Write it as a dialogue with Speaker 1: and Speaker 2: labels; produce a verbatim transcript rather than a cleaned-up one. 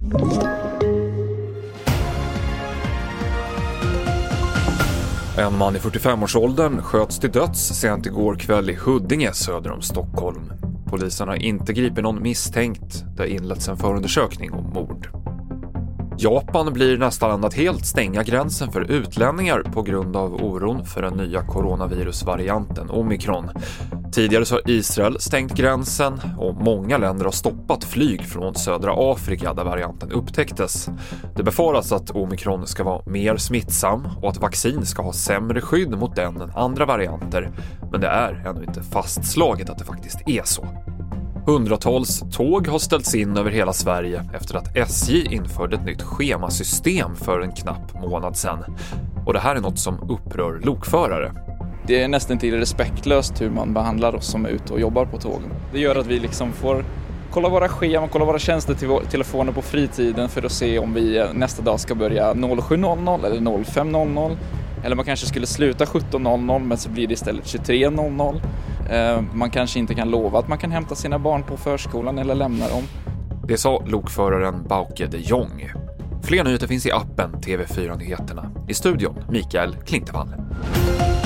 Speaker 1: En man i fyrtiofem-årsåldern sköts till döds sent igår kväll i Huddinge söder om Stockholm. Polisen har inte gripit någon misstänkt. Det har inletts en förundersökning om mord. Japan blir nästa land att helt stänga gränsen för utlänningar på grund av oron för den nya coronavirusvarianten Omikron. Tidigare så har Israel stängt gränsen och många länder har stoppat flyg från södra Afrika där varianten upptäcktes. Det befaras att Omikron ska vara mer smittsam och att vaccin ska ha sämre skydd mot den än andra varianter. Men det är ännu inte fastslaget att det faktiskt är så. Hundratals tåg har ställts in över hela Sverige efter att S J införde ett nytt schemasystem för en knapp månad sedan. Och det här är något som upprör lokförare.
Speaker 2: Det är nästan till respektlöst hur man behandlar oss som är ute och jobbar på tågen. Det gör att vi liksom får kolla våra scheman, kolla våra tjänstetelefoner på fritiden för att se om vi nästa dag ska börja sju noll noll eller fem noll noll. Eller man kanske skulle sluta sjutton noll noll men så blir det istället tjugotre noll noll. Man kanske inte kan lova att man kan hämta sina barn på förskolan eller lämna dem.
Speaker 1: Det sa lokföraren Bauke de Jong. Fler nyheter finns i appen T V fyra Nyheterna. I studion Mikael Klintevall.